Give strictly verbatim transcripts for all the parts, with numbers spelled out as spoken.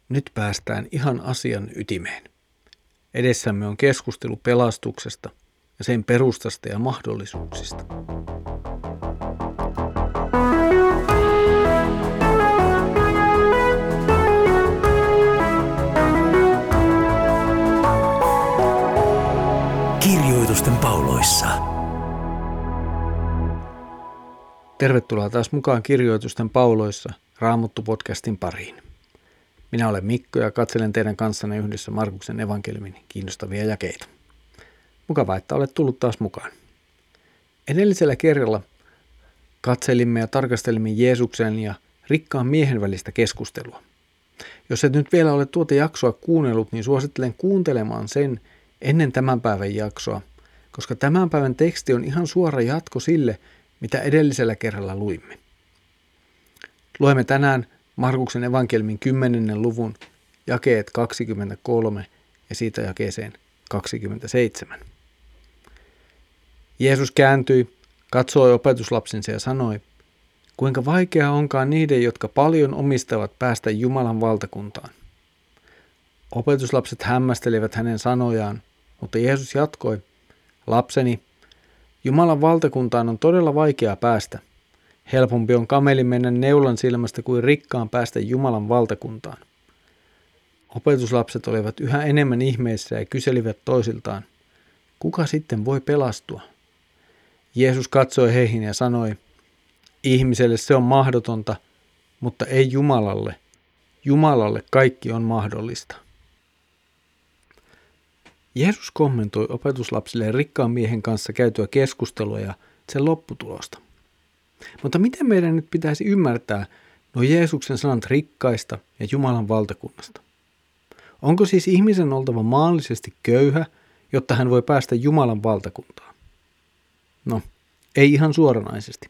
Nyt päästään ihan asian ytimeen. Edessämme on keskustelu pelastuksesta ja sen perustasta ja mahdollisuuksista. Kirjoitusten pauloissa. Tervetuloa taas mukaan Kirjoitusten pauloissa Raamattu-podcastin pariin. Minä olen Mikko ja katselen teidän kanssanne yhdessä Markuksen evankeliumin kiinnostavia jakeita. Mukavaa, että olet tullut taas mukaan. Edellisellä kerralla katselimme ja tarkastelimme Jeesuksen ja rikkaan miehen välistä keskustelua. Jos et nyt vielä ole tuota jaksoa kuunnellut, niin suosittelen kuuntelemaan sen ennen tämän päivän jaksoa, koska tämän päivän teksti on ihan suora jatko sille, mitä edellisellä kerralla luimme. Luemme tänään Markuksen evankeliumin kymmenennen luvun jakeet kaksikymmentäkolme ja siitä jakeeseen kaksikymmentäseitsemän. Jeesus kääntyi, katsoi opetuslapsensa ja sanoi, kuinka vaikeaa onkaan niiden, jotka paljon omistavat päästä Jumalan valtakuntaan. Opetuslapset hämmästelivät hänen sanojaan, mutta Jeesus jatkoi, lapseni, Jumalan valtakuntaan on todella vaikeaa päästä. Helpompi on kameli mennä neulan silmästä kuin rikkaan päästä Jumalan valtakuntaan. Opetuslapset olivat yhä enemmän ihmeissä ja kyselivät toisiltaan, kuka sitten voi pelastua? Jeesus katsoi heihin ja sanoi, ihmiselle se on mahdotonta, mutta ei Jumalalle. Jumalalle kaikki on mahdollista. Jeesus kommentoi opetuslapsille rikkaan miehen kanssa käytyä keskustelua ja sen lopputulosta. Mutta miten meidän nyt pitäisi ymmärtää nuo Jeesuksen sanat rikkaista ja Jumalan valtakunnasta? Onko siis ihmisen oltava maallisesti köyhä, jotta hän voi päästä Jumalan valtakuntaan? No, ei ihan suoranaisesti.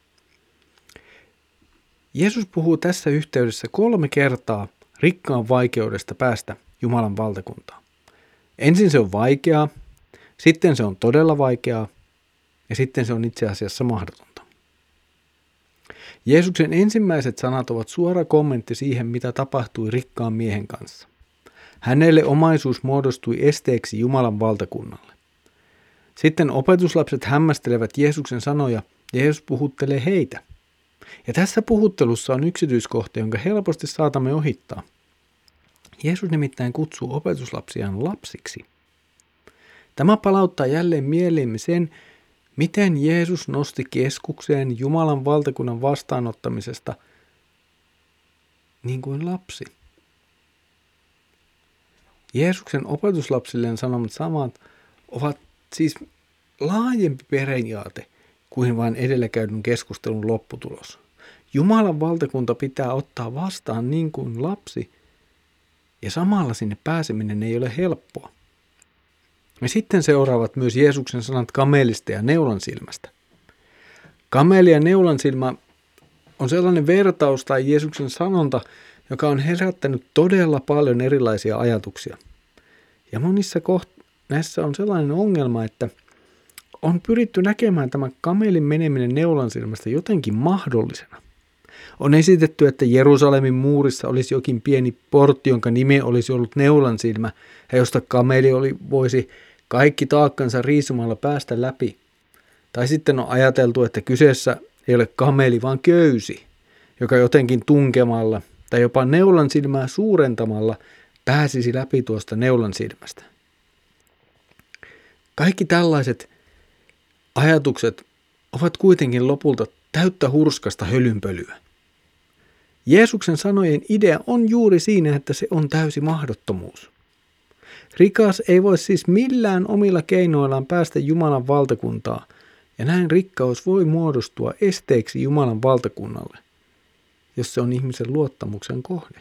Jeesus puhuu tässä yhteydessä kolme kertaa rikkaan vaikeudesta päästä Jumalan valtakuntaan. Ensin se on vaikeaa, sitten se on todella vaikeaa ja sitten se on itse asiassa mahdotonta. Jeesuksen ensimmäiset sanat ovat suora kommentti siihen, mitä tapahtui rikkaan miehen kanssa. Hänelle omaisuus muodostui esteeksi Jumalan valtakunnalle. Sitten opetuslapset hämmästelevät Jeesuksen sanoja ja Jeesus puhuttelee heitä. Ja tässä puhuttelussa on yksityiskohta, jonka helposti saatamme ohittaa. Jeesus nimittäin kutsuu opetuslapsiaan lapsiksi. Tämä palauttaa jälleen mieleemme sen, miten Jeesus nosti keskukseen Jumalan valtakunnan vastaanottamisesta niin kuin lapsi. Jeesuksen opetuslapsilleen sanomat samat ovat siis laajempi periaate kuin vain edellä käydyn keskustelun lopputulos. Jumalan valtakunta pitää ottaa vastaan niin kuin lapsi, ja samalla sinne pääseminen ei ole helppoa. Ja sitten seuraavat myös Jeesuksen sanat kamelista ja neulan silmästä. Kameli ja neulan silmä on sellainen vertaus tai Jeesuksen sanonta, joka on herättänyt todella paljon erilaisia ajatuksia. Ja monissa koht- näissä on sellainen ongelma, että on pyritty näkemään tämä kamelin meneminen neulan silmästä jotenkin mahdollisena. On esitetty, että Jerusalemin muurissa olisi jokin pieni portti, jonka nimi olisi ollut neulan silmä, ja josta kameli oli, voisi kaikki taakkansa riisumalla päästä läpi. Tai sitten on ajateltu, että kyseessä ei ole kameli, vaan köysi, joka jotenkin tunkemalla tai jopa neulan silmää suurentamalla pääsisi läpi tuosta neulan silmästä. Kaikki tällaiset ajatukset ovat kuitenkin lopulta täyttä hurskasta hölynpölyä. Jeesuksen sanojen idea on juuri siinä, että se on täysi mahdottomuus. Rikas ei voi siis millään omilla keinoillaan päästä Jumalan valtakuntaan, ja näin rikkaus voi muodostua esteeksi Jumalan valtakunnalle, jos se on ihmisen luottamuksen kohde.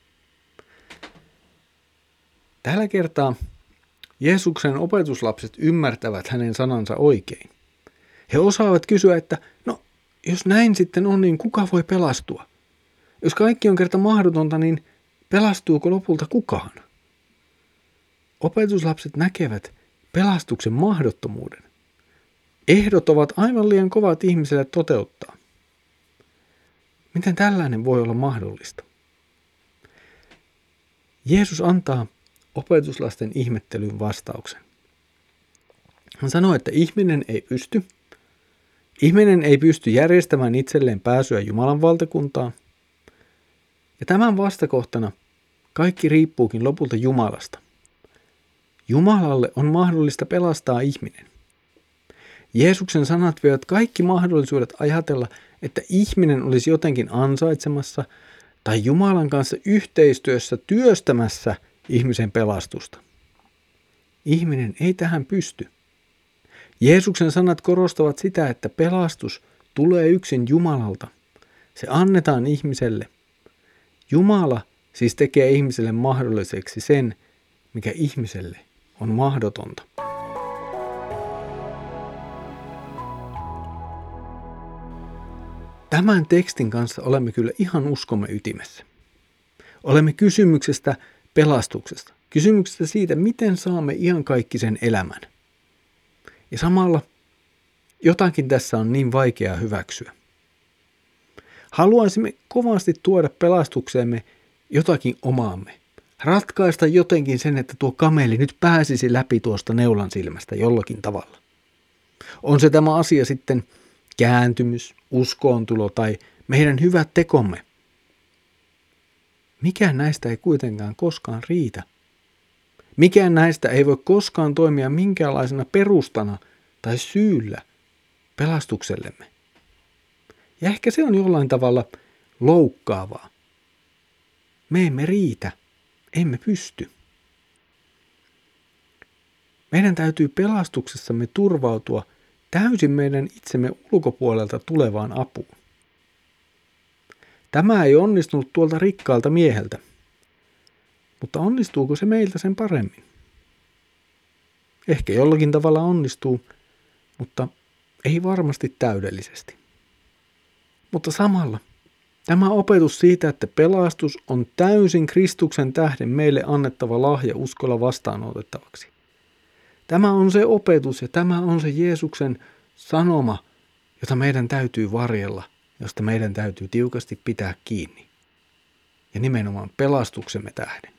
Tällä kertaa Jeesuksen opetuslapset ymmärtävät hänen sanansa oikein. He osaavat kysyä, että no, jos näin sitten on, niin kuka voi pelastua? Jos kaikki on kerta mahdotonta, niin pelastuuko lopulta kukaan? Opetuslapset näkevät pelastuksen mahdottomuuden. Ehdot ovat aivan liian kovat ihmiselle toteuttaa. Miten tällainen voi olla mahdollista? Jeesus antaa opetuslasten ihmettelyyn vastauksen. Hän sanoo, että ihminen ei pysty. Ihminen ei pysty järjestämään itselleen pääsyä Jumalan valtakuntaan. Ja tämän vastakohtana kaikki riippuukin lopulta Jumalasta. Jumalalle on mahdollista pelastaa ihminen. Jeesuksen sanat vievät kaikki mahdollisuudet ajatella, että ihminen olisi jotenkin ansaitsemassa tai Jumalan kanssa yhteistyössä työstämässä ihmisen pelastusta. Ihminen ei tähän pysty. Jeesuksen sanat korostavat sitä, että pelastus tulee yksin Jumalalta. Se annetaan ihmiselle. Jumala siis tekee ihmiselle mahdolliseksi sen, mikä ihmiselle on mahdotonta. Tämän tekstin kanssa olemme kyllä ihan uskomme ytimessä. Olemme kysymyksestä pelastuksesta, kysymyksestä siitä, miten saamme iankaikkisen elämän. Ja samalla jotakin tässä on niin vaikeaa hyväksyä. Haluaisimme kovasti tuoda pelastukseemme jotakin omaamme. Ratkaista jotenkin sen, että tuo kameli nyt pääsisi läpi tuosta neulan silmästä jollakin tavalla. On se tämä asia sitten kääntymys, uskoontulo tai meidän hyvät tekomme. Mikään näistä ei kuitenkaan koskaan riitä. Mikään näistä ei voi koskaan toimia minkäänlaisena perustana tai syyllä pelastuksellemme. Ja ehkä se on jollain tavalla loukkaavaa. Me emme riitä, emme pysty. Meidän täytyy pelastuksessamme turvautua täysin meidän itsemme ulkopuolelta tulevaan apuun. Tämä ei onnistunut tuolta rikkaalta mieheltä, mutta onnistuuko se meiltä sen paremmin? Ehkä jollakin tavalla onnistuu, mutta ei varmasti täydellisesti. Mutta samalla tämä opetus siitä, että pelastus on täysin Kristuksen tähden meille annettava lahja uskolla vastaanotettavaksi. Tämä on se opetus ja tämä on se Jeesuksen sanoma, jota meidän täytyy varjella, josta meidän täytyy tiukasti pitää kiinni. Ja nimenomaan pelastuksemme tähden.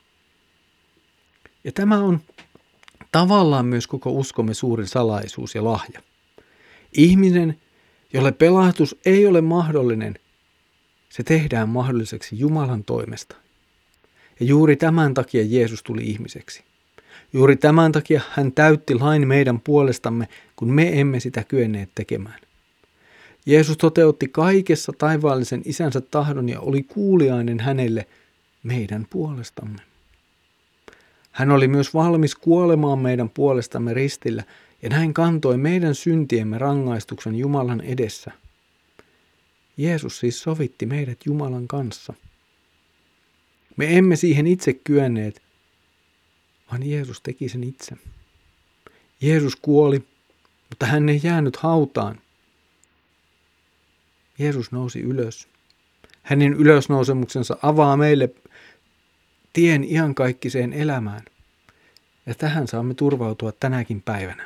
Ja tämä on tavallaan myös koko uskomme suurin salaisuus ja lahja. Ihminen, jolle pelastus ei ole mahdollinen, se tehdään mahdolliseksi Jumalan toimesta. Ja juuri tämän takia Jeesus tuli ihmiseksi. Juuri tämän takia hän täytti lain meidän puolestamme, kun me emme sitä kyenneet tekemään. Jeesus toteutti kaikessa taivaallisen isänsä tahdon ja oli kuuliainen hänelle meidän puolestamme. Hän oli myös valmis kuolemaan meidän puolestamme ristillä ja näin kantoi meidän syntiemme rangaistuksen Jumalan edessä. Jeesus siis sovitti meidät Jumalan kanssa. Me emme siihen itse kyenneet, vaan Jeesus teki sen itse. Jeesus kuoli, mutta hän ei jäänyt hautaan. Jeesus nousi ylös. Hänen ylösnousemuksensa avaa meille tien iankaikkiseen elämään. Ja tähän saamme turvautua tänäkin päivänä.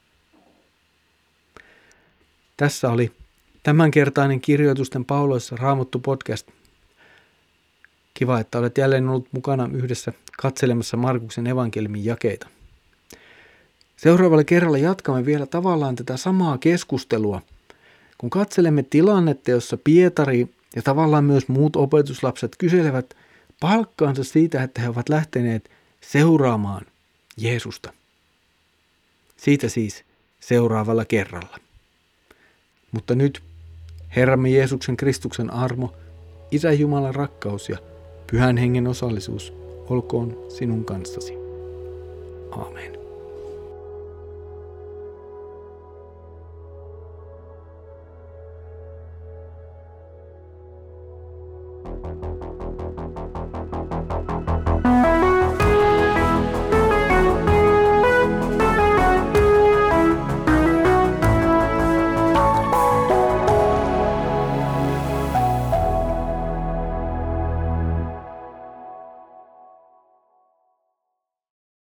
Tässä oli tämänkertainen Kirjoitusten pauloissa Raamattu podcast. Kiva, että olet jälleen ollut mukana yhdessä katselemassa Markuksen evankeliumin jakeita. Seuraavalla kerralla jatkamme vielä tavallaan tätä samaa keskustelua, kun katselemme tilannetta, jossa Pietari ja tavallaan myös muut opetuslapset kyselevät palkkaansa siitä, että he ovat lähteneet seuraamaan Jeesusta. Siitä siis seuraavalla kerralla. Mutta nyt Herramme Jeesuksen Kristuksen armo, Isä Jumalan rakkaus ja Pyhän Hengen osallisuus olkoon sinun kanssasi. Aamen.